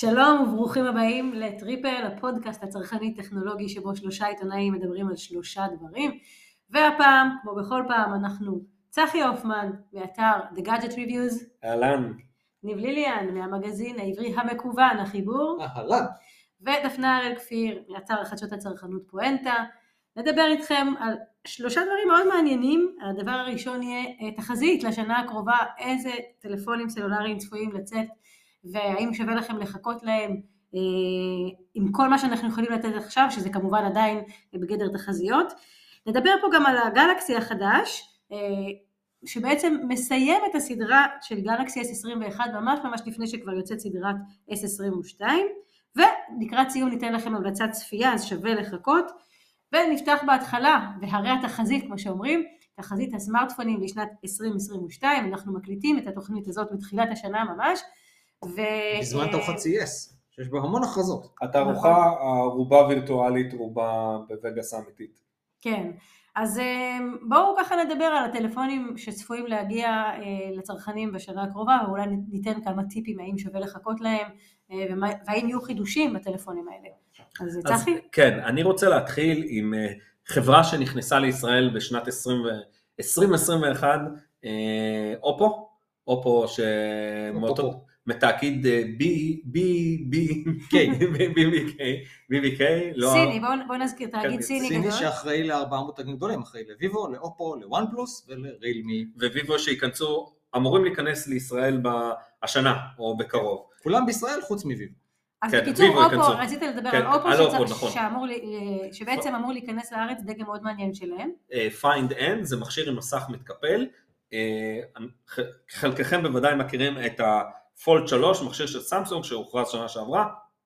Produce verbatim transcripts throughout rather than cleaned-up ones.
שלום וברוכים הבאים לטריפל, הפודקאסט הצרכני טכנולוגי שבו שלושה עיתונאים מדברים על שלושה דברים. והפעם, כמו בכל פעם, אנחנו צחי הופמן מאתר The Gadget Reviews. אהלן. ניב ליליאן מהמגזין העברי המקוון, החיבור. אהלן. ודפנה הראל כפיר מאתר החדשות הצרכנות פואנטה. נדבר איתכם על שלושה דברים מאוד מעניינים. הדבר הראשון יהיה תחזית לשנה הקרובה, איזה טלפונים סלולריים צפויים לצאת, והאם שווה לכם לחכות להם עם כל מה שאנחנו יכולים לתת עכשיו, שזה כמובן עדיין בגדר תחזיות. נדבר פה גם על הגלקסי החדש, שבעצם מסיים את הסדרה של גלקסי אס עשרים ואחת, ממש ממש לפני שכבר יוצאת סדרת אס עשרים ושתיים, ולקראת סיום ניתן לכם המלצת צפייה, אז שווה לחכות. ונפתח בהתחלה, והרי התחזית, כמו שאומרים, תחזית הסמארטפונים לשנת עשרים עשרים ושתיים, אנחנו מקליטים את התוכנית הזאת בתחילת השנה ממש, ו... בזמן תערוכת סי אי אס, שיש בה המון הכרזות. התערוכה רובה וירטואלית, רובה בווגאס אמיתית. כן, אז בואו ככה נדבר על הטלפונים שצפויים להגיע לצרכנים בשנה הקרובה, ואולי ניתן כמה טיפים האם שווה לחכות להם, והאם יהיו חידושים בטלפונים האלה. אז צחי? כן, אני רוצה להתחיל עם חברה שנכנסה לישראל בשנת עשרים עשרים ואחת, אופו, אופו שמאותו... מתאגיד בי בי קיי, בי בי קיי, סיני, בוא נזכיר, תאגיד סיני גדול. סיני שאחראי לארבעה מותגים גדולים, אחראי לויבו, לאופו, לוואן פלוס ולריילמי. וויבו שייכנסו, אמורים להיכנס לישראל השנה או בקרוב. כולם בישראל חוץ מויבו. אז בקיצור, אופו, רצית לדבר על אופו שבעצם אמור להיכנס לארץ, דגם מאוד מעניין שלהם. Find N, זה מכשיר עם מסך מתקפל, חלקכם בוודאי מכירים את ה... פולד שלוש, מכשיר של סמסונג שהוכרז שנה שעברה,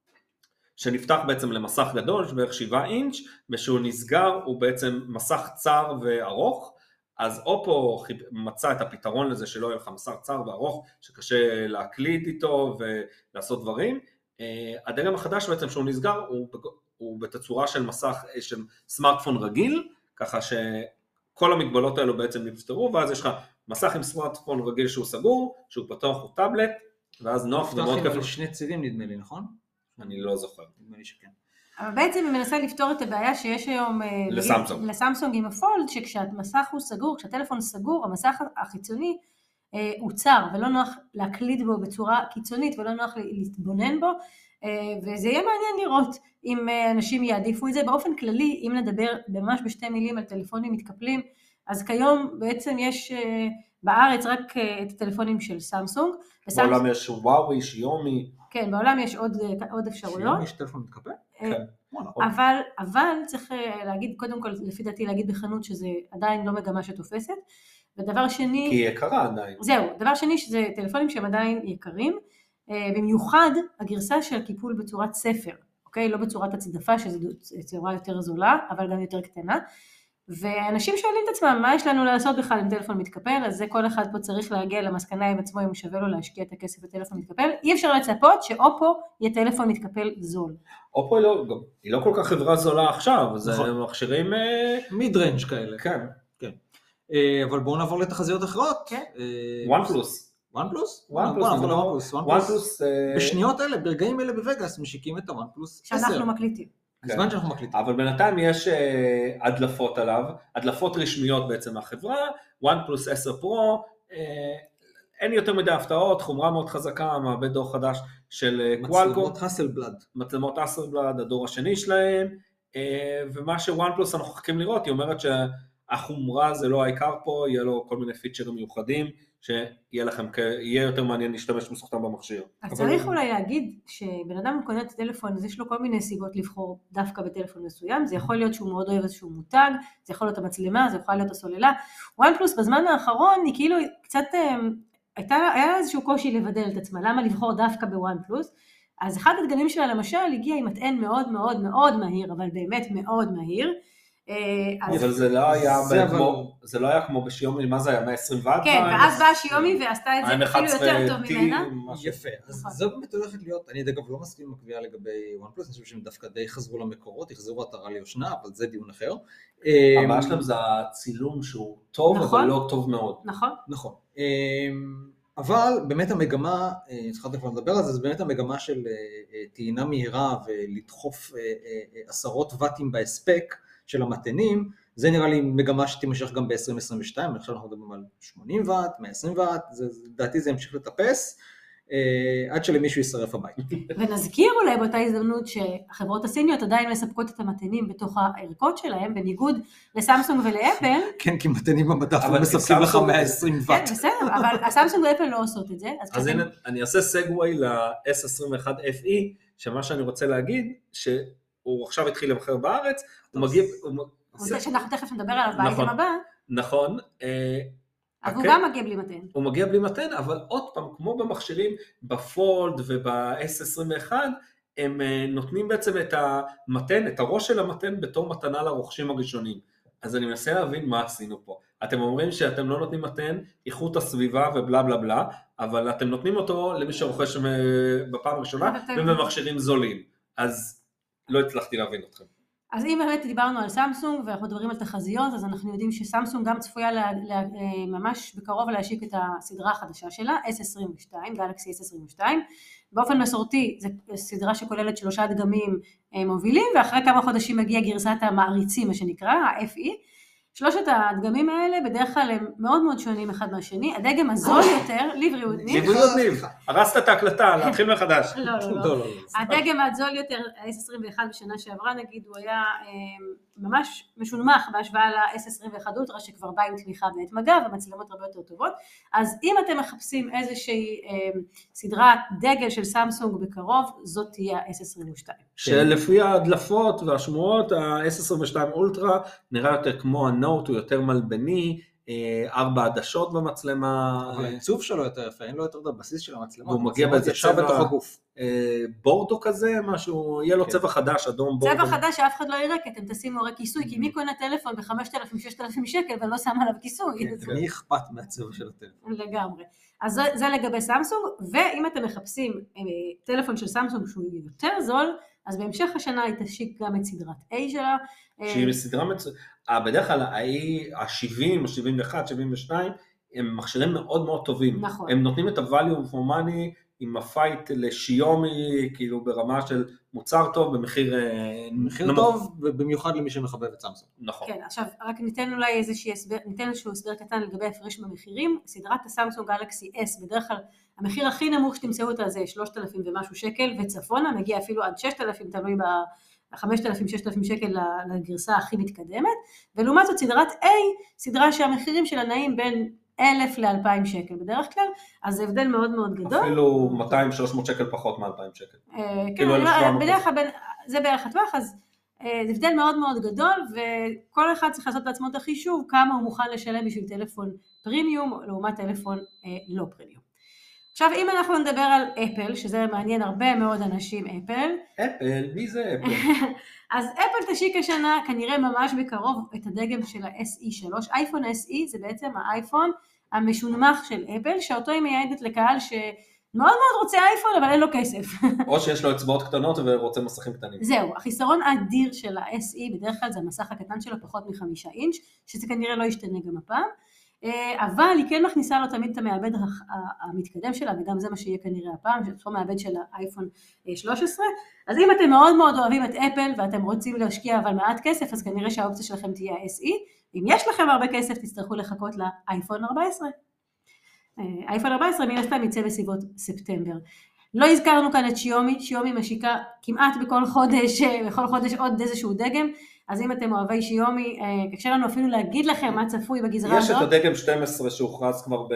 שנפתח בעצם למסך גדול, בערך שבעה אינץ', ושהוא נסגר, הוא בעצם מסך צר וארוך, אז אופו מצא את הפתרון לזה שלא יהיה לך מסך צר וארוך, שקשה להקליט איתו ולעשות דברים. הדגם החדש בעצם שהוא נסגר, הוא, הוא בתצורה של מסך, של סמארטפון רגיל, ככה שכל המגבלות האלו בעצם נפתרו, ואז יש לך מסך עם סמארטפון רגיל שהוא סגור, שהוא פתוח הוא טאבלט, ואז נוח ומאוד כיף. שני צירים נדמה לי, נכון? אני לא זוכר. נדמה לי שכן. אבל בעצם היא מנסה לפתור את הבעיה שיש היום לסמסונג. לסמסונג עם הפולד, שכשהמסך הוא סגור, כשהטלפון סגור, המסך החיצוני הוא צר, ולא נוח להקליט בו בצורה קיצונית, ולא נוח להתבונן בו, וזה יהיה מעניין לראות אם אנשים יעדיפו את זה. באופן כללי, אם נדבר ממש בשתי מילים על טלפונים מתקפלים, אז כיום בעצם יש בארץ רק את הטלפונים של סמסונג. בעולם יש וואוי, שיומי. כן, בעולם יש עוד, עוד אפשרויות. שיומי יש טלפון מתקפל? כן. אבל, אבל צריך להגיד, קודם כל, לפי דעתי להגיד בחנות שזה עדיין לא מגמה שתופסת. ודבר שני... כי היא יקרה עדיין. זהו, דבר שני שזה טלפונים שהם עדיין יקרים, במיוחד הגרסה של קיפול בצורת ספר, אוקיי? לא בצורת הצדפה, שזו צורה יותר זולה, אבל גם יותר קטנה. ואנשים שואלים את עצמם, מה יש לנו לעשות בכלל עם טלפון מתקפל? אז זה כל אחד פה צריך להגיע למסקנה עם עצמו, אם שווה לו להשקיע את הכסף בטלפון מתקפל. אי אפשר לצפות שאופו יהיה טלפון מתקפל זול. אופו היא לא, היא לא כל כך חברה זולה עכשיו, זה מכשירים... מיד ריינג' כאלה. כן. כן. אבל בואו נעבור לתחזיות אחרות. כן. וואן פלוס. וואן פלוס? וואן פלוס. וואן פלוס. בשניות אלה, ברגעים אלה בווגאס, משיקים את הוואן פלוס עשר. שאנחנו מקליטים. בזמן שאנחנו מקליטים. אבל בינתיים יש הדלפות עליו, הדלפות רשמיות בעצם מהחברה, וואן פלוס עשר פרו, אין יותר מדי הפתעות, חומרה מאוד חזקה, מעבד דור חדש של קוואלקום. מצלמות הסלבלד. מצלמות הסלבלד, הדור השני שלהם, ומה שוואן פלוס אנחנו חכים לראות, היא אומרת שהחומרה זה לא העיקר פה, יהיה לו כל מיני פיצ'רים מיוחדים, שיהיה לכם, יהיה יותר מעניין להשתמש מסוכתם במכשיר. אז צריך אולי להגיד שבן אדם קונה את הטלפון, אז יש לו כל מיני סיבות לבחור דווקא בטלפון מסוים, זה יכול להיות שהוא מאוד אוהב איזשהו מותג, זה יכול להיות המצלמה, זה יכול להיות הסוללה. וואן פלוס בזמן האחרון היא כאילו קצת, הייתה, היה איזשהו קושי לבדל את עצמה, למה לבחור דווקא בוואן פלוס? אז אחד הדגמים שלה למשל הגיע עם מטען מאוד מאוד מאוד מהיר, אבל באמת מאוד מהיר, אבל זה לא היה כמו, זה לא היה כמו בשיומי, מה זה היה, מאה ועשרים ואט? כן, ואז באה שיומי ועשתה את זה אפילו יותר טוב ממנה. יפה, אז זו באמת הולכת להיות, אני אגב לא מסכים עם הקביעה לגבי וואן פלוס, אני חושב שהם דווקא די חזרו למקורות, יחזרו עטרה ליושנה, אבל זה דיון אחר. הבעיה שלהם זה הצילום שהוא טוב, אבל לא טוב מאוד. נכון. נכון. אבל באמת המגמה, התחלת כבר לדבר על זה, זה באמת המגמה של טעינה מהירה ולדחוף עשרות וטים בהספק של המתנים, זה נראה לי מגמה שתימשך גם ב-עשרים עשרים ושתיים, עכשיו אנחנו מדברים על שמונים וט, מאה ועשרים וט, לדעתי זה ימשיך לטפס, עד שלמישהו ישרף הבית. ונזכיר אולי באותה הזדמנות שהחברות הסיניות עדיין מספקות את המתנים בתוך הערכות שלהם, בניגוד לסמסונג ולאפל. כן, כי מתנים במדף לא מספקים לך מאה ועשרים וט. כן, בסדר, אבל הסמסונג ואפל לא עושות את זה. אז הנה, אני אעשה סגווי ל-אס עשרים ואחת אף אי, שמה שאני רוצה להגיד, שהוא עכשיו התחיל למכר בארץ, הוא מגיע... זה שאנחנו תכף נדבר עליו באייטם הבא. נכון. אבל הוא גם מגיע בלי מתן. הוא מגיע בלי מתן, אבל עוד פעם, כמו במכשירים, בפולד וב-אס עשרים ואחת, הם נותנים בעצם את המתן, את הראש של המתן, בתור מתנה לרוכשים הראשונים. אז אני מנסה להבין מה עשינו פה. אתם אומרים שאתם לא נותנים מתן, איכות הסביבה ובלה בלה בלה, אבל אתם נותנים אותו למי שרוכש בפעם הראשונה, ובמכשירים זולים. אז לא הצלחתי להבין אתכם. אז אם באמת דיברנו על סמסונג ואנחנו מדברים על תחזיות, אז אנחנו יודעים שסמסונג גם צפויה לה, לה, ממש בקרוב להשיק את הסדרה החדשה שלה, אס עשרים ושתיים, גלקסי אס עשרים ושתיים. באופן מסורתי, זו סדרה שכוללת שלושה דגמים מובילים, ואחרי כמה חודשים מגיע גרסת המעריצים, מה שנקרא, ה-אף אי. שלושת הדגמים האלה בדרך כלל הם מאוד מאוד שונים אחד מהשני, הדגם הזול יותר, לבריאות ניב. לבריאות ניב, הרסת את ההקלטה, להתחיל מחדש. לא, לא, לא. הדגם הזול יותר, ה-אס עשרים ואחת בשנה שעברה נגיד, הוא היה ממש משונמך בהשוואה ל-אס עשרים ואחת אולטרה, שכבר בא עם תמיכה בעת מגע ומצלמות הרבה יותר טובות. אז אם אתם מחפשים איזושהי סדרת דגל של סמסונג בקרוב, זאת תהיה ה-אס עשרים ושתיים. שלפי ההדלפות והשמועות, ה-אס עשרים ושתיים אולטרה נראה יותר כמו הנוט, הוא יותר מלבני, ארבע עדשות במצלמה. אבל העיצוב שלו יותר יפה, אין לו יותר את הבסיס של המצלמה. והוא מגיע באיזה צבע בורדו כזה, משהו, יהיה לו צבע חדש, אדום בורדו. צבע חדש שאף אחד לא יראה, כי אתם תשימו הרי כיסוי, כי מי קונה טלפון ב-חמשת אלפים ששת אלפים שקל ולא שם עליו כיסוי. מי אכפת מהצבע של הטלפון? לגמרי. אז זה לגבי סמסונג, ואם אתם מחפשים טלפון של סמסונג שהוא יותר זול, אז בהמשך השנה היא תשיק גם את סדרת A שלה. שהיא בסדרה מצוינת, בדרך כלל ה-שבעים, ה-שבעים ואחת, שבעים ושתיים, הם מכשירים מאוד מאוד טובים. נכון. הם נותנים את ה-value for money עם הפייט לשיומי, כאילו ברמה של מוצר טוב, במחיר... מחיר נמוך. טוב, ובמיוחד למי שמחבב את סמסונג. נכון. כן, עכשיו רק ניתן אולי איזושהי הסבר, ניתן איזשהו הסבר קטן לגבי הפרש במחירים. סדרת הסמסונג גלקסי אס, בדרך כלל המחיר הכי נמוך שתמצאו אותה זה שלושת אלפים ומשהו שקל, וצפונה מגיע אפילו עד ששת אלפים, תלוי ב-חמשת אלפים ששת אלפים שקל לגרסה הכי מתקדמת, ולעומת זאת סדרת A, סדרה שהמחירים שלה נעים בין אלף לאלפיים שקל בדרך כלל, אז זה הבדל מאוד מאוד גדול. אפילו מאתיים שלוש מאות שקל פחות מאלפיים שקל. כן, בדרך כלל זה בערך הטווח, אז זה הבדל מאוד מאוד גדול, וכל אחד צריך לעשות לעצמו את החישוב, כמה הוא מוכן לשלם בשביל טלפון פרימיום, לעומת טלפון לא פרימיום. עכשיו, אם אנחנו נדבר על אפל, שזה מעניין הרבה מאוד אנשים, אפל. אפל? מי זה אפל? אז אפל תשיק השנה, כנראה ממש בקרוב, את הדגם של ה-אס אי שלוש. אייפון אס אי זה בעצם האייפון המשונמך של אפל, שאותו היא מייעדת לקהל שמאוד מאוד רוצה אייפון, אבל אין לו כסף. או שיש לו אצבעות קטנות ורוצה מסכים קטנים. זהו, החיסרון האדיר של ה-אס אי, בדרך כלל זה המסך הקטן שלו, פחות מחמישה אינץ', שזה כנראה לא ישתנה גם הפעם. אבל היא כן מכניסה לו תמיד את המעבד המתקדם שלה, וגם זה מה שיהיה כנראה הפעם, שזה מעבד של האייפון שלוש עשרה. אז אם אתם מאוד מאוד אוהבים את אפל, ואתם רוצים להשקיע אבל מעט כסף, אז כנראה שהאופציה שלכם תהיה ה-אס אי. אם יש לכם הרבה כסף, תצטרכו לחכות לאייפון ארבע עשרה. אייפון ארבע עשרה מן הסתם יצא בסביבות ספטמבר. לא הזכרנו כאן את שיומי, שיומי משיקה כמעט בכל חודש, בכל חודש עוד איזשהו דגם, אז אם אתם אוהבי שיומי, קשה לנו אפילו להגיד לכם מה צפוי בגזרה הזאת. יש את הדגם שתים עשרה שהוכרז כבר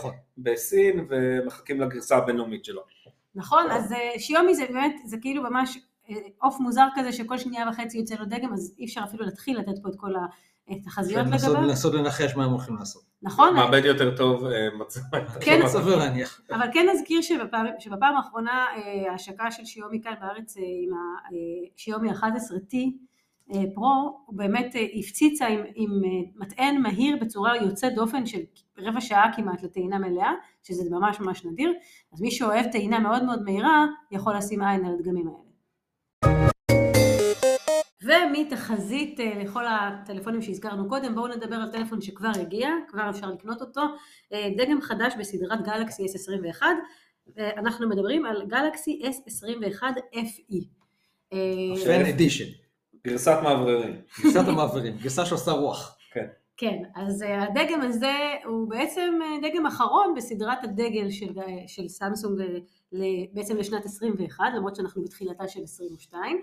בסין, ומחכים לגרסה הבינלאומית שלו. נכון, אז שיומי זה באמת, זה כאילו ממש אוף מוזר כזה, שכל שנייה וחצי יוצא לו דגם, אז אי אפשר אפילו להתחיל לתת פה את כל התחזיות לגביו. לנסות לנחש מה הם הולכים לעשות. נכון. מעבד יותר טוב, מצב. כן, סביר להניח. אבל כן נזכיר שבפעם האחרונה, ההשקה של שיומי כאן בארץ, עם השיומי אחת עשרה טי, פרו, הוא באמת הפציצה עם, עם מטען מהיר בצורה יוצאת דופן של רבע שעה כמעט לטעינה מלאה, שזה ממש ממש נדיר, אז מי שאוהב טעינה מאוד מאוד מהירה, יכול לשים עין על הדגמים האלה. ומתחזית לכל הטלפונים שהזכרנו קודם, בואו נדבר על טלפון שכבר הגיע, כבר אפשר לקנות אותו, דגם חדש בסדרת גלקסי אס עשרים ואחת, אנחנו מדברים על גלקסי אס עשרים ואחת אף אי. פן אדישן. גרסת מעבררים. גרסת המעברים, גרסה שעושה רוח. כן. כן, אז הדגם הזה הוא בעצם דגם אחרון בסדרת הדגל של, של סמסונג בעצם לשנת עשרים ואחת, למרות שאנחנו בתחילתה של עשרים ושתיים,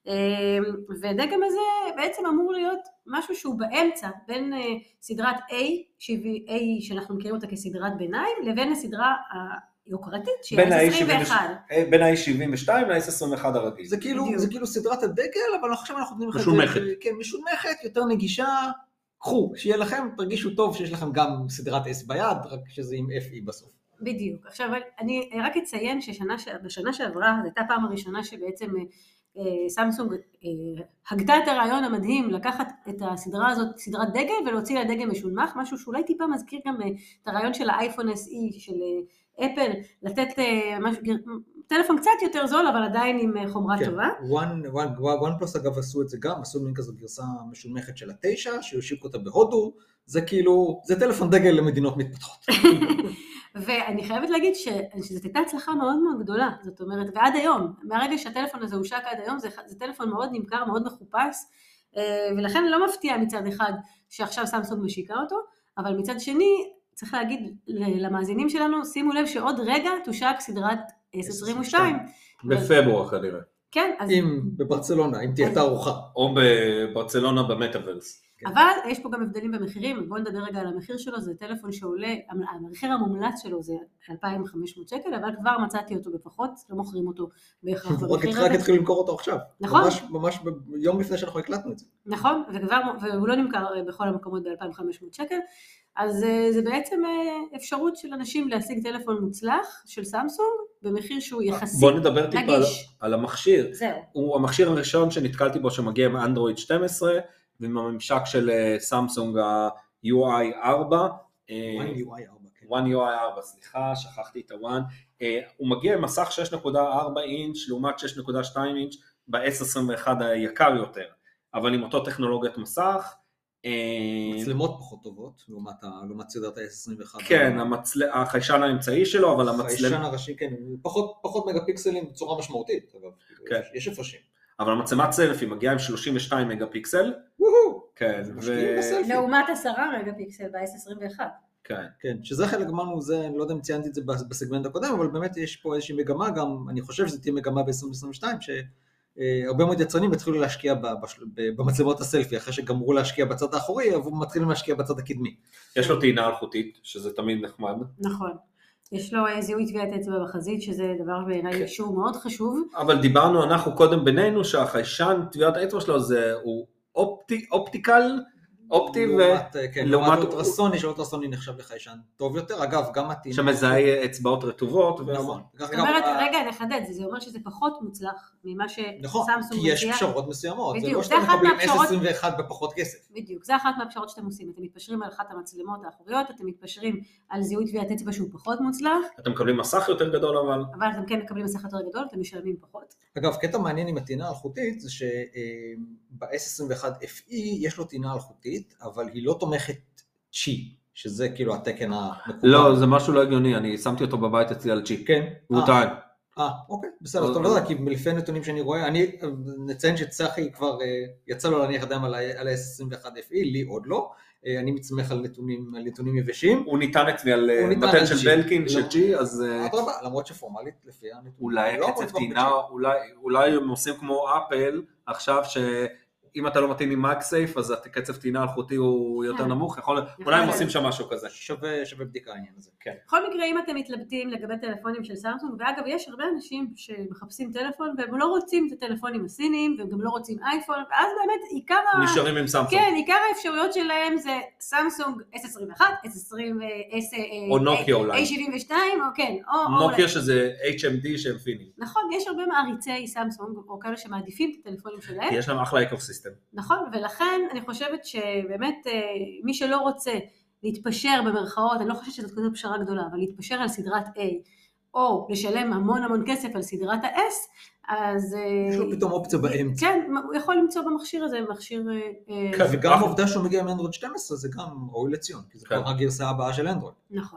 ודגם הזה בעצם אמור להיות משהו שהוא באמצע, בין סדרת A, A שאנחנו מכירים אותה כסדרת ביניים, לבין הסדרה היוקרתית שהיא אס עשרים ואחת. בין ה-איי שבעים ושתיים ל-אס עשרים ואחת הרגיל. זה כאילו, זה כאילו סדרת הדגל, אבל עכשיו אנחנו נותנים לך את זה. משונמכת. כן, משונמכת, יותר נגישה. קחו, שיהיה לכם, תרגישו טוב שיש לכם גם סדרת S ביד, רק שזה עם אף אי בסוף. בדיוק. עכשיו, אני רק אציין שבשנה שעברה, זו הייתה הפעם הראשונה שבעצם סמסונג הגתה את הרעיון המדהים לקחת את הסדרה הזאת, סדרת דגל, ולהוציא לה דגם משונמך, משהו שאולי טיפה מזכיר גם את הרעיון של האייפון אס אי של אפל, לתת טלפון קצת יותר זול, אבל עדיין עם חומרה טובה. וואן פלוס אגב עשו את זה גם, עשו מין כזאת גרסה משונמכת של התשע, שהושיק אותה בהודו, זה כאילו, זה טלפון דגל למדינות מתפתחות. ואני חייבת להגיד שזאת הייתה הצלחה מאוד מאוד גדולה, זאת אומרת, ועד היום, מהרגע שהטלפון הזה הושק עד היום, זה, זה טלפון מאוד נמכר, מאוד מחופש, ולכן לא מפתיע מצד אחד שעכשיו סמסונג משיקה אותו, אבל מצד שני, צריך להגיד למאזינים שלנו, שימו לב שעוד רגע תושק סדרת אס עשרים ושתיים. בפברואר כנראה. כן. אז... אם בברצלונה, אם תהיה תערוכה. או בברצלונה במטאברס. אבל יש פה גם הבדלים במחירים, בואו נדבר רגע על המחיר שלו, זה טלפון שעולה, המחיר המומלץ שלו זה אלפיים וחמש מאות שקל, אבל כבר מצאתי אותו בפחות, לא מוכרים אותו בהכרח במחיר הזה. רק התחילו למכור אותו עכשיו. נכון. ממש, ממש ביום לפני שאנחנו הקלטנו את זה. נכון, וכבר, והוא לא נמכר בכל המקומות ב-אלפיים וחמש מאות שקל, אז זה בעצם אפשרות של אנשים להשיג טלפון מוצלח של סמסונג, במחיר שהוא יחסית נגיש. בוא נדבר טיפה על, על המכשיר. זהו. הוא המכשיר הראשון שנתקלתי בו שמגיע עם אנדרואיד שתים עשרה, ועם הממשק של סמסונג ה-יו איי ארבע. וואן יו איי ארבע. וואן יו איי ארבע, סליחה, שכחתי את ה-וואן. הוא מגיע עם מסך שש נקודה ארבע אינץ' לעומת שש נקודה שתיים אינץ' ב-אס עשרים ואחת היקר יותר, אבל עם אותו טכנולוגיית מסך. מצלמות פחות טובות, לעומת סדרת ה-אס עשרים ואחת. כן, החיישן האמצעי שלו, אבל המצלם... החיישן הראשי, כן, פחות מגה פיקסלים בצורה משמעותית, אגב. יש הפרשים. אבל המצלמת סלפי מגיעה עם שלושים ושתיים מגה פיקסל. כן. לעומת עשרה מגה פיקסל ב-אס עשרים ואחת. כן. כן, שזה חלק אמרנו, זה, אני לא יודע אם ציינתי את זה בסגמנט הקודם, אבל באמת יש פה איזושהי מגמה גם, אני חושב שזה תהיה מגמה ב-עשרים עשרים ושתיים, שהרבה מאוד יצרנים התחילו להשקיע במצלמות הסלפי, אחרי שגמרו להשקיע בצד האחורי, אבל מתחילים להשקיע בצד הקדמי. יש לו טעינה אלחוטית, שזה תמיד נחמד. נכון. יש לו זיהוי טביעת אצבע בחזית, שזה דבר בעיניי שהוא מאוד חשוב. אבל דיברנו אנחנו קודם בינינו, שהחיישן טביעת האצבע שלו זה הוא אופטיקל, אופטי לעומת אולטרסוני, שאולטרסוני נחשב לחיישן טוב יותר, אגב גם הטעינה שמזהה אצבעות רטובות. נכון. זאת אומרת, רגע נחדד, זה אומר שזה פחות מוצלח ממה שסמסונג נכון, כי יש פשרות מסוימות, זה לא זה שאתם מקבלים אס עשרים ואחת בפחות כסף. בדיוק, זה אחת מהפשרות שאתם עושים, אתם מתפשרים על אחת המצלמות האחוריות, אתם מתפשרים על זיהוי טביעת אצבע שהוא פחות מוצלח. אתם מקבלים מסך יותר גדול אבל. אבל אתם כן מקבלים מסך יותר גדול, אתם משלמים פחות. אגב, קטע מעניין עם הטעינה האלחוטית, זה שב-אס עשרים ואחת אף אי יש לו טעינה אלחוטית, אבל היא לא תומכת צ'י, שזה כאילו התקן המקובל. לא, זה משהו לא הגיוני, אני שמתי אותו בבית אצלי על צ'י. כן. הוא טען. אה, אוקיי, בסדר, טוב לדעת, כי לפי נתונים שאני רואה, אני נציין שצחי כבר יצא לו להניח אדם על ה-אס עשרים ואחת אף אי, לי עוד לא, אני מצמח על נתונים, על נתונים יבשים. הוא ניתן אצלי על בטן של בלקין, של ג'י, אז... אדרבה, למרות שפורמלית לפי הנתונים. אולי קצב טעינה, אולי הם עושים כמו אפל, עכשיו ש... אם אתה לא מתאים עם MagSafe, אז הקצב טעינה אלחוטי הוא יותר נמוך, אולי הם עושים שם משהו כזה. שווה בדיקה העניין הזה. בכל מקרה, אם אתם מתלבטים לגבי טלפונים של סמסונג, ואגב, יש הרבה אנשים שמחפשים טלפון, והם לא רוצים את הטלפונים הסיניים, והם גם לא רוצים אייפון, ואז באמת עיקר... נשארים עם סמסונג. כן, עיקר האפשרויות שלהם זה סמסונג אס עשרים ואחת, אס עשרים, או נוקיה אולי. איי שבעים ושתיים, או כן, או... נוקיה שזה אייץ' אם די שהם פינים. נכון, יש הרבה מעריצי סמסונג, או כאלה שמעדיפים את הטלפונים שלהם. יש להם אחלה אקוסיסטם. נכון, ולכן אני חושבת שבאמת מי שלא רוצה להתפשר במרכאות, אני לא חושבת שזאת כזאת פשרה גדולה, אבל להתפשר על סדרת A, או לשלם המון המון כסף על סדרת ה-S, אז... יש לו פתאום אופציה באמצע. כן, הוא יכול למצוא במכשיר הזה, מכשיר... וגם העובדה שהוא מגיע מאנדרואיד שתים עשרה, זה גם ראוי לציון, כי זה כבר הגרסה הבאה של אנדרואיד. נכון.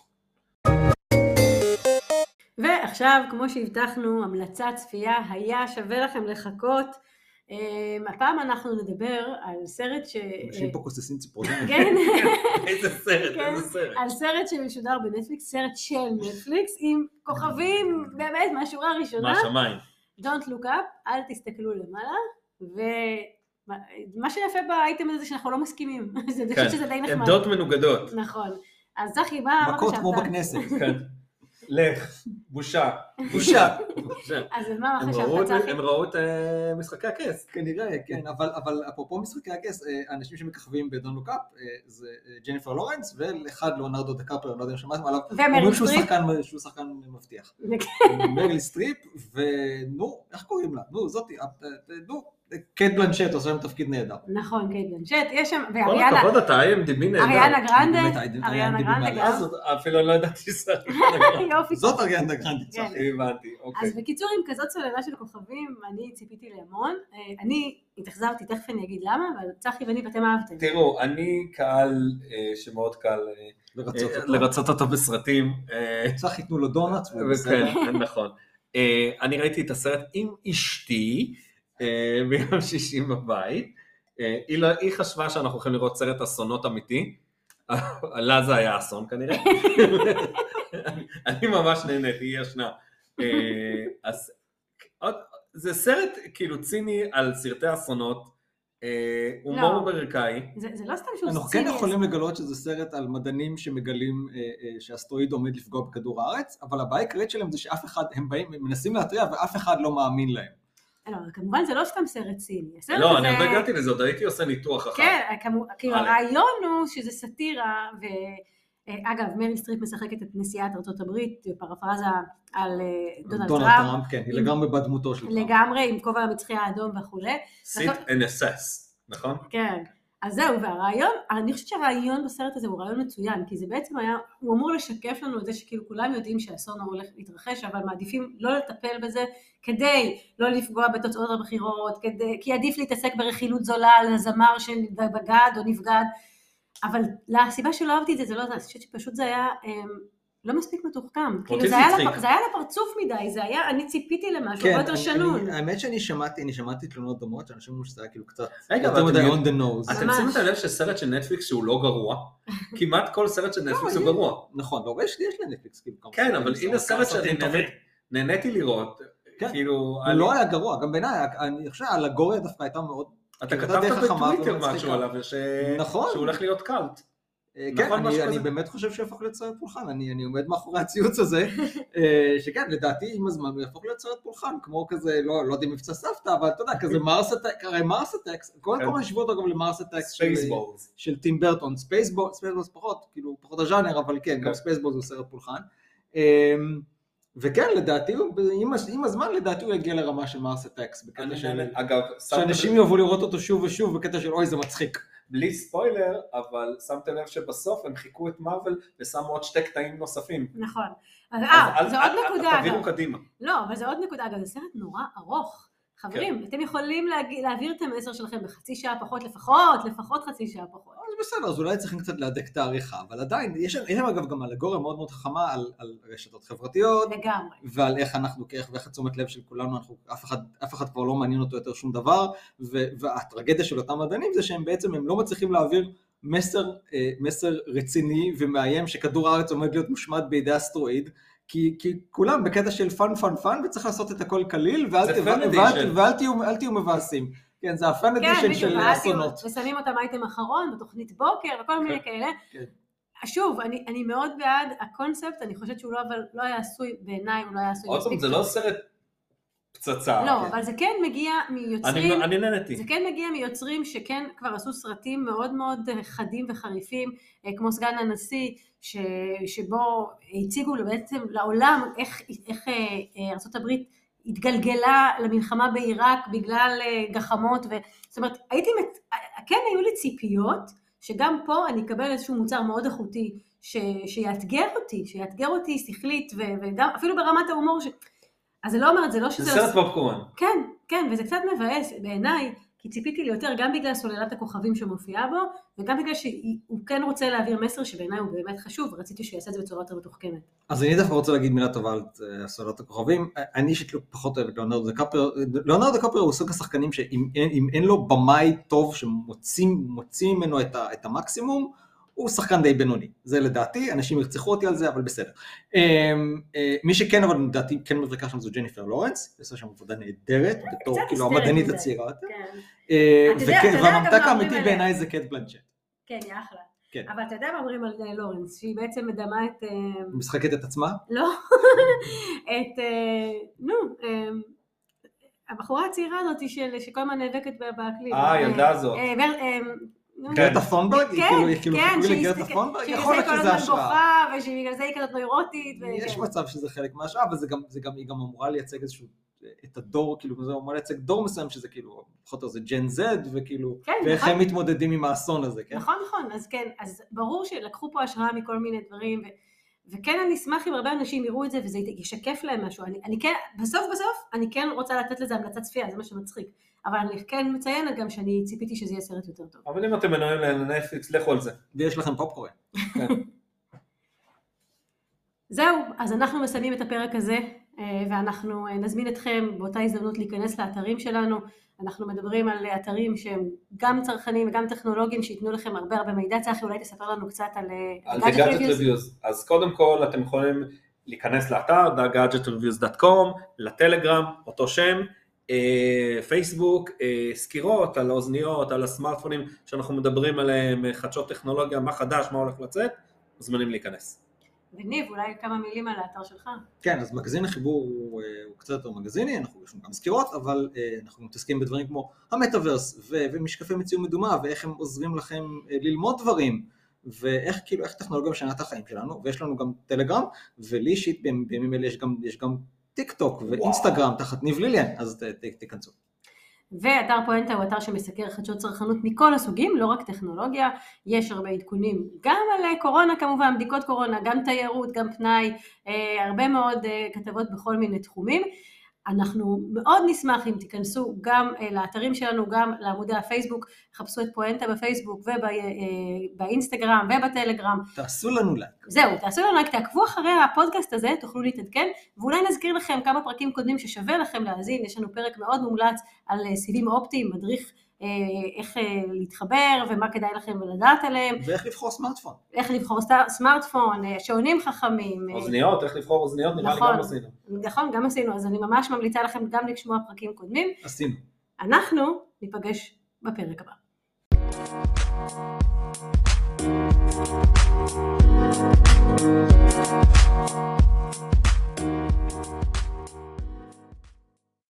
ועכשיו, כמו שהבטחנו, המלצת צפייה, היה שווה לכם לחכות. הפעם אנחנו נדבר על סרט ש... אנשים פה כוססים ציפורים. כן. איזה סרט, איזה סרט. על סרט שמשודר בנטפליקס, סרט של נטפליקס, עם כוכבים באמת מהשורה הראשונה. מהשמיים. Don't look up, אל תסתכלו למעלה, ומה שיפה באייטם הזה שאנחנו לא מסכימים. זה חושב שזה די נחמד. עמדות מנוגדות. נכון. אז צחי, מה חשבת? מכות כמו בכנסת. לך, בושה, בושה. אז מה חשבת, צחי? הם ראו את משחקי הכס. כנראה, כן, אבל אפרופו משחקי הכס, אנשים שמככבים בדון לוקאפ, זה ג'ניפר לורנס, ולאחד לאונרדו דקפריו, אני לא יודע אם שמעתם עליו, ומריל סטריפ. שהוא שחקן מבטיח. מריל סטריפ, ונו, איך קוראים לה? נו, זאתי, נו. קייט בלנשט עושה שם תפקיד נהדר. נכון, קייט בלנשט, יש שם, כל הכבוד, אתה איי אם די בי נהדר. אריאנה גרנדה, אריאנה גרנדה גם. אפילו לא ידעתי זאת. זאת אריאנה גרנדה, צחי, הבנתי. אז בקיצור, עם כזאת סוללה של כוכבים, אני ציפיתי להמון, אני התאכזבתי, תכף אני אגיד למה, אבל צחי ואני ואתם אהבתם. תראו, אני קהל שמאוד קל לרצות אותו בסרטים. צחי תנו לו דונאטס. כן, נכון. אני ראיתי את הסרט עם אשתי, ביום שישי בבית, היא חשבה שאנחנו הולכים לראות סרט אסונות אמיתי, לה זה היה אסון כנראה, אני ממש נהניתי, היא ישנה, אז זה סרט כאילו ציני על סרטי אסונות, הומור אמריקאי. זה לא סתם שהוא ציני. אנחנו כן יכולים לגלות שזה סרט על מדענים שמגלים שהאסטרואיד עומד לפגוע בכדור הארץ, אבל הבעיה העיקרית שלהם זה שאף אחד, הם באים, מנסים להתריע ואף אחד לא מאמין להם. לא, כמובן זה לא סתם סרט סיני. לא, אני עוד הגעתי לזה, עוד הייתי עושה ניתוח אחר. כן, כאילו הרעיון הוא שזה סאטירה, ואגב, מריל סטריפ משחקת את נשיאת ארצות הברית, בפרפרזה על דונלד טראמפ. כן, היא לגמרי בדמותו של טראמפ. לגמרי, עם כובע המצחי האדום וכו'. sit and assess, נכון? כן. אז זהו, והרעיון, אני חושבת שהרעיון בסרט הזה הוא רעיון מצוין, כי זה בעצם היה, הוא אמור לשקף לנו את זה שכאילו כולם יודעים שהאסון הולך להתרחש, אבל מעדיפים לא לטפל בזה, כדי לא לפגוע בתוצאות הבחירות, כדי, כי עדיף להתעסק ברכילות זולה על הזמר שבגד או נבגד, אבל הסיבה שלא אהבתי את זה, זה לא זה, אני חושבת שפשוט זה היה לא מספיק מתוחכם, כאילו זה היה לפרצוף מדי, זה היה, אני ציפיתי למשהו, הרבה יותר שנון. האמת שאני שמעתי, אני שמעתי תלונות דומות, שאנשים אומרים שזה היה כאילו קצת, יותר מדי on the nose. אתם שמים את הלב שסרט של נטפליקס שהוא לא גרוע, כמעט כל סרט של נטפליקס הוא גרוע. נכון, אבל יש לנטפליקס כאילו כמה. כן, אבל הנה סרט שאני נהניתי לראות, כאילו... הוא לא היה גרוע, גם בעיניי, אני חושב שהאלגוריה דווקא הייתה מאוד... אתה כתבת בטוויטר משהו עליו, שהוא הולך להיות קלט. כן, אני באמת חושב שיהפוך להיות סרט פולחן, אני עומד מאחורי הציוץ הזה, שכן, לדעתי עם הזמן הוא יהפוך להיות סרט פולחן, כמו כזה, לא יודע מבצע סבתא, אבל אתה יודע, כזה מרס אטקס, הרי מרס אטקס, כל הזמן ישבו אותו גם למרס אטקס של טים ברטון, ספייסבולס פחות, כאילו פחות הז'אנר, אבל כן, גם ספייסבולס הוא סרט פולחן, וכן, לדעתי, עם הזמן לדעתי הוא יגיע לרמה של מרס אטקס, בקטע שאנשים יבואו לראות אותו שוב ושוב, בקטע של אוי זה מצחיק. בלי ספוילר, אבל שמתם לב שבסוף הם חיכו את מארוול ושמו עוד שתי קטעים נוספים. נכון. אה, זה עוד נקודה. תבינו קדימה. לא, אבל זה עוד נקודה. אגב, זה סרט נורא ארוך. חברים, אתם יכולים להעביר את המסר שלכם בחצי שעה פחות, לפחות, לפחות חצי שעה פחות. אז בסדר, אז אולי צריכים קצת להדק את העריכה, אבל עדיין, יש שם אגב גם אלגוריה מאוד מאוד חכמה על רשתות חברתיות. לגמרי. ועל איך אנחנו, ואיך תשומת לב של כולנו, אף אחד כבר לא מעניין אותו יותר שום דבר, והטרגדיה של אותם מדענים זה שהם בעצם, הם לא מצליחים להעביר מסר, מסר רציני ומאיים שכדור הארץ עומד להיות מושמד בידי אסטרואיד, כי, כי כולם בקטע של פן פן פן, וצריך לעשות את הכל קליל, ואל, ואל, ואל, ואל תהיו, אל תהיו מבאסים. כן, זה הפן אדישן של אסונות. ושמים אותם אייטם אחרון, בתוכנית בוקר, וכל מיני כאלה. שוב, אני, אני מאוד בעד הקונספט, אני חושבת שהוא לא, אבל לא היה עשוי בעיניי, הוא לא היה עשוי. עוד פעם, זה לא סרט פצצה. לא, אבל זה כן מגיע מיוצרים, אני נהנתי. זה כן מגיע מיוצרים שכן כבר עשו סרטים מאוד מאוד חדים וחריפים, כמו סגן הנשיא, ש, שבו הציגו בעצם לעולם איך, איך ארצות הברית התגלגלה למלחמה בעיראק בגלל גחמות, ו, זאת אומרת, הייתי, כן היו לי ציפיות, שגם פה אני אקבל איזשהו מוצר מאוד איכותי, ש, שיאתגר אותי, שיאתגר אותי שכלית, ו, וגם אפילו ברמת ההומור, ש, אז זה לא אומרת, זה לא שזה... זה סרט פופקורן. כן, כן, וזה קצת מבאס בעיניי, כי ציפיתי לי יותר גם בגלל סוללת הכוכבים שמופיעה בו, וגם בגלל שהוא כן רוצה להעביר מסר שבעיניי הוא באמת חשוב, ורציתי שהוא יעשה את זה בצורה יותר מתוחכמת. אז אני דווקא רוצה להגיד מילה טובה על סוללת הכוכבים. אני אישית פחות אוהב את ליאונרדו דיקפריו. ליאונרדו דיקפריו הוא סוג השחקנים שאם אין, אין לו במאי טוב שמוציא ממנו את, ה, את המקסימום, הוא שחקן די בינוני. זה לדעתי, אנשים ירצחו אותי על זה, אבל בסדר. מי שכן, אבל לדעתי כן מבריקה שם זו ג'ניפר לורנס, עושה שם עבודה נהדרת, בתור כאילו המדענית הצעירה. והממתק האמיתי בעיניי זה קט בלנצ'ט. כן, היא אחלה. אבל אתה יודע מה אומרים על לורנס, שהיא בעצם מדמה את... משחקת את עצמה? לא, את, נו, הבחורה הצעירה הזאת שכל הזמן נאבקת באקלים. אה, ילדה הזאת. גרטה פונברג? כן, כן, שהיא כל הזמן בוכה, ושבגלל זה היא כזאת נוירוטית. יש מצב שזה חלק מהשעה, אבל היא גם אמורה לייצג איזשהו, את הדור, כאילו, זה אמורה לייצג דור מסוים, שזה כאילו, פחות או זה ג'ן זד, וכאילו, ואיך הם מתמודדים עם האסון הזה, כן? נכון, נכון, אז כן, אז ברור שלקחו פה השראה מכל מיני דברים, וכן אני אשמח אם הרבה אנשים יראו את זה, וזה ישקף להם משהו. אני כן, בסוף בסוף, אני כן רוצה לתת לזה המלצת צפייה, זה מה שמצחיק. אבל אני כן מציינת גם שאני ציפיתי שזה יהיה סרט יותר טוב. אבל אם אתם מנויים לנטפליקס, לכו על זה. ויש לכם פופקורן. זהו, אז אנחנו מסיימים את הפרק הזה, ואנחנו נזמין אתכם באותה הזדמנות להיכנס לאתרים שלנו. אנחנו מדברים על אתרים שהם גם צרכנים וגם טכנולוגיים, שיתנו לכם הרבה הרבה מידע. צחי, אולי תספר לנו קצת על על The Gadget Reviews. אז קודם כל אתם יכולים להיכנס לאתר the gadget reviews dot com, לטלגרם, אותו שם, פייסבוק, סקירות על האוזניות, על הסמארטפונים שאנחנו מדברים עליהם, חדשות טכנולוגיה, מה חדש, מה הולך לצאת, מוזמנים להיכנס. וניב, אולי כמה מילים על האתר שלך. כן, אז מגזין החיבור הוא, הוא קצת יותר מגזיני, אנחנו יש לנו גם סקירות, אבל אנחנו מתעסקים בדברים כמו המטאברס ו- ומשקפי מציאות מדומה, ואיך הם עוזרים לכם ללמוד דברים, ואיך כאילו, איך טכנולוגיה משנה את החיים שלנו, ויש לנו גם טלגרם, ולי אישית בימים אלה יש גם, יש גם טיק טוק ואינסטגרם תחת ניב ליליאן, אז תיכנסו. ואתר פואנטה הוא אתר שמסקר חדשות צרכנות מכל הסוגים, לא רק טכנולוגיה, יש הרבה עדכונים, גם על קורונה כמובן, בדיקות קורונה, גם תיירות, גם פנאי, הרבה מאוד כתבות בכל מיני תחומים. אנחנו מאוד נשמח אם תיכנסו גם לאתרים שלנו, גם לעמודי הפייסבוק, חפשו את פואנטה בפייסבוק ובאינסטגרם ובטלגרם. תעשו לנו לייק. זהו, תעשו לנו לייק, תעקבו אחרי הפודקאסט הזה, תוכלו להתעדכן, ואולי נזכיר לכם כמה פרקים קודמים ששווה לכם להאזין. יש לנו פרק מאוד מומלץ על סיבים אופטיים, מדריך איך להתחבר ומה כדאי לכם לדעת עליהם. ואיך לבחור סמארטפון. איך לבחור סמארטפון, שעונים חכמים. אוזניות, איך לבחור אוזניות, נראה לי גם עשינו. נכון, גם עשינו, אז אני ממש ממליצה לכם גם לשמוע פרקים קודמים. עשינו. אנחנו ניפגש בפרק הבא.